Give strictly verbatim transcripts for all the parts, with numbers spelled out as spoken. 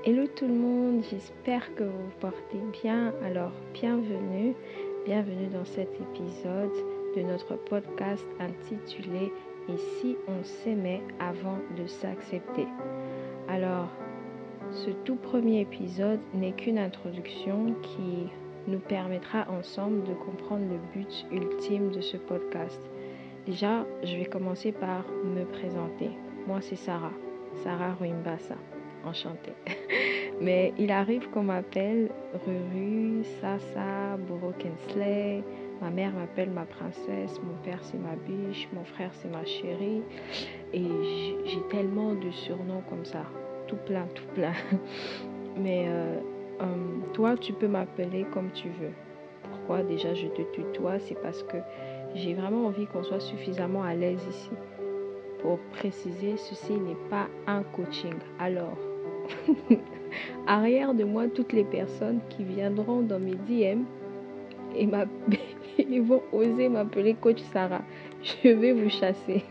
Hello tout le monde, j'espère que vous vous portez bien. Alors, bienvenue, bienvenue dans cet épisode de notre podcast intitulé « Et si on s'aimait avant de s'accepter ?» Alors, ce tout premier épisode n'est qu'une introduction qui nous permettra ensemble de comprendre le but ultime de ce podcast. Déjà, je vais commencer par me présenter. Moi, c'est Sarah, Sarah Ruimbassa. Enchantée. Mais il arrive qu'on m'appelle Ruru, Sasa, Boro Kensley. Ma mère m'appelle ma princesse, mon père c'est ma biche, mon frère c'est ma chérie. Et j'ai tellement de surnoms comme ça. Tout plein, tout plein. Mais euh, euh, toi, tu peux m'appeler comme tu veux. Pourquoi déjà je te tutoie? C'est parce que j'ai vraiment envie qu'on soit suffisamment à l'aise ici. Pour préciser, ceci n'est pas un coaching. Alors, arrière de moi toutes les personnes qui viendront dans mes D M et ils vont oser m'appeler coach Sarah. Je vais vous chasser.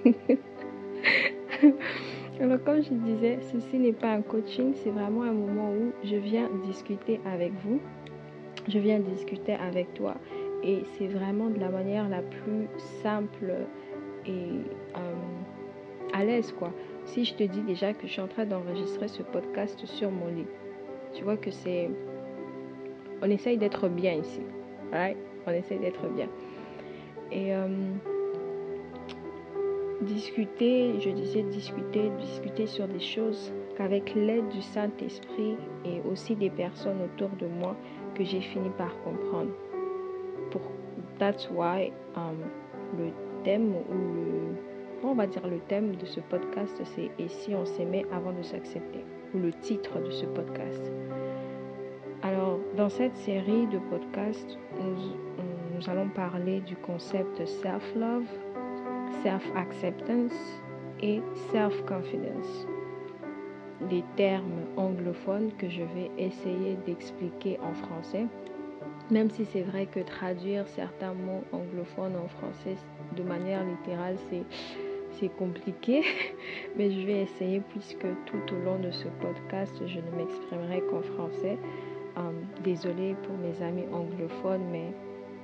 Alors comme je disais, ceci n'est pas un coaching, c'est vraiment un moment où je viens discuter avec vous. Je viens discuter avec toi et c'est vraiment de la manière la plus simple et euh, à l'aise quoi. Si je te dis déjà que je suis en train d'enregistrer ce podcast sur mon lit, tu vois que c'est... On essaye d'être bien ici. Right? On essaye d'être bien. Et euh, discuter, je disais discuter, discuter sur des choses qu'avec l'aide du Saint-Esprit et aussi des personnes autour de moi que j'ai fini par comprendre. Pour, that's why um, le thème ou le... on va dire le thème de ce podcast, c'est « Et si on s'aimait avant de s'accepter ?» ou le titre de ce podcast. Alors, dans cette série de podcasts, nous, nous allons parler du concept self-love, self-acceptance et self-confidence. Des termes anglophones que je vais essayer d'expliquer en français, même si c'est vrai que traduire certains mots anglophones en français de manière littérale, c'est... c'est compliqué, mais je vais essayer puisque tout au long de ce podcast, je ne m'exprimerai qu'en français. Um, désolée pour mes amis anglophones, mais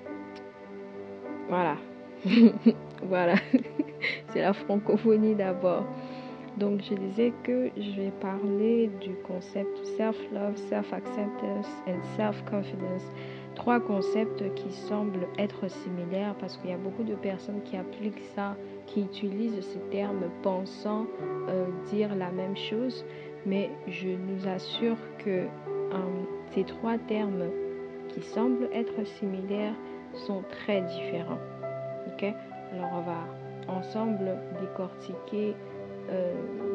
voilà, voilà, c'est la francophonie d'abord. Donc, je disais que je vais parler du concept self-love, self-acceptance and self-confidence. Trois concepts qui semblent être similaires parce qu'il y a beaucoup de personnes qui appliquent ça, qui utilisent ces termes pensant euh, dire la même chose, mais je nous assure que euh, ces trois termes qui semblent être similaires sont très différents. Ok? Alors, on va ensemble décortiquer Euh,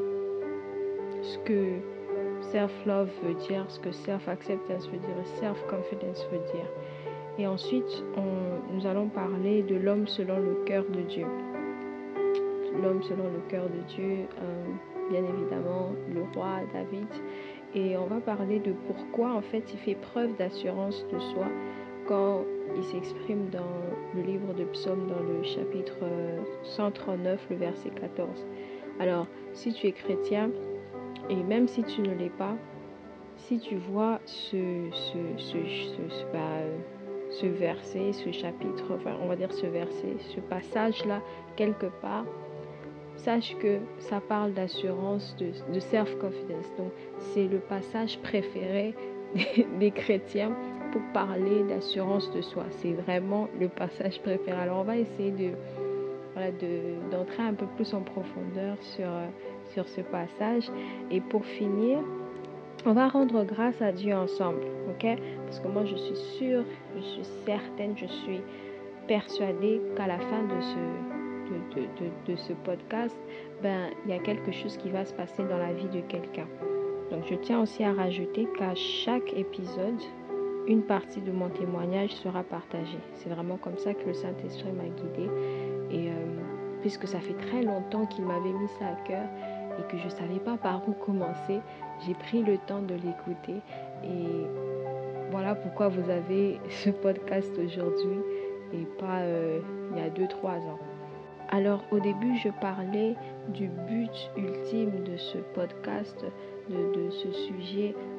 ce que self-love veut dire, ce que self-acceptance veut dire, self-confidence veut dire. Et ensuite, on, nous allons parler de l'homme selon le cœur de Dieu. L'homme selon le cœur de Dieu, euh, bien évidemment, le roi David. Et on va parler de pourquoi, en fait, il fait preuve d'assurance de soi quand il s'exprime dans le livre de Psaume, dans le chapitre cent trente-neuf, le verset quatorze. Alors, si tu es chrétien, et même si tu ne l'es pas, si tu vois ce, ce, ce, ce, ce, bah, ce verset, ce chapitre, enfin on va dire ce verset, ce passage-là, quelque part, sache que ça parle d'assurance, de, de self-confidence. Donc, c'est le passage préféré des, des chrétiens pour parler d'assurance de soi. C'est vraiment le passage préféré. Alors, on va essayer de... Voilà, de, d'entrer un peu plus en profondeur sur, sur ce passage. Et pour finir, on va rendre grâce à Dieu ensemble, ok? Parce que moi, je suis sûre, je suis certaine, je suis persuadée qu'à la fin de ce, de, de, de, de ce podcast, ben, il y a quelque chose qui va se passer dans la vie de quelqu'un. Donc, je tiens aussi à rajouter qu'à chaque épisode, une partie de mon témoignage sera partagée. C'est vraiment comme ça que le Saint-Esprit m'a guidée. Et euh, puisque ça fait très longtemps qu'il m'avait mis ça à cœur et que je ne savais pas par où commencer, j'ai pris le temps de l'écouter. Et voilà pourquoi vous avez ce podcast aujourd'hui et pas euh, il y a deux trois ans. Alors au début, je parlais du but ultime de ce podcast, de, de ce sujet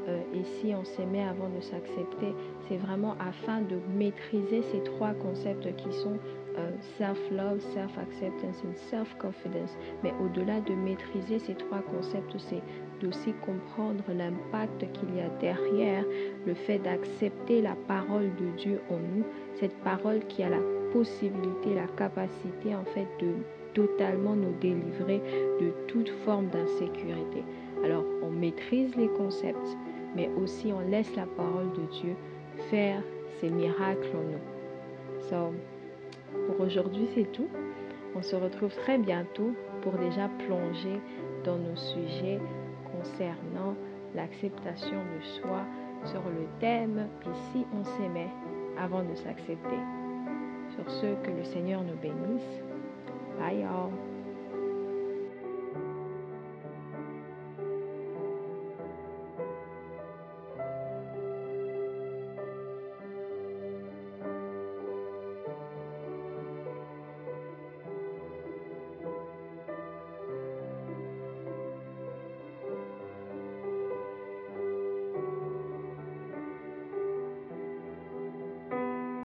euh, et si on s'aimait avant de s'accepter, c'est vraiment afin de maîtriser ces trois concepts qui sont euh, self-love, self-acceptance et self-confidence. Mais au-delà de maîtriser ces trois concepts, c'est d'aussi comprendre l'impact qu'il y a derrière le fait d'accepter la parole de Dieu en nous, cette parole qui a la possibilité, la capacité en fait de totalement nous délivrer de toute forme d'insécurité. Alors, on maîtrise les concepts, mais aussi on laisse la parole de Dieu faire ses miracles en nous. So, pour aujourd'hui, c'est tout. On se retrouve très bientôt pour déjà plonger dans nos sujets concernant l'acceptation de soi sur le thème « Et si on s'aimait avant de s'accepter ?» Sur ce, que le Seigneur nous bénisse. Bye y'all!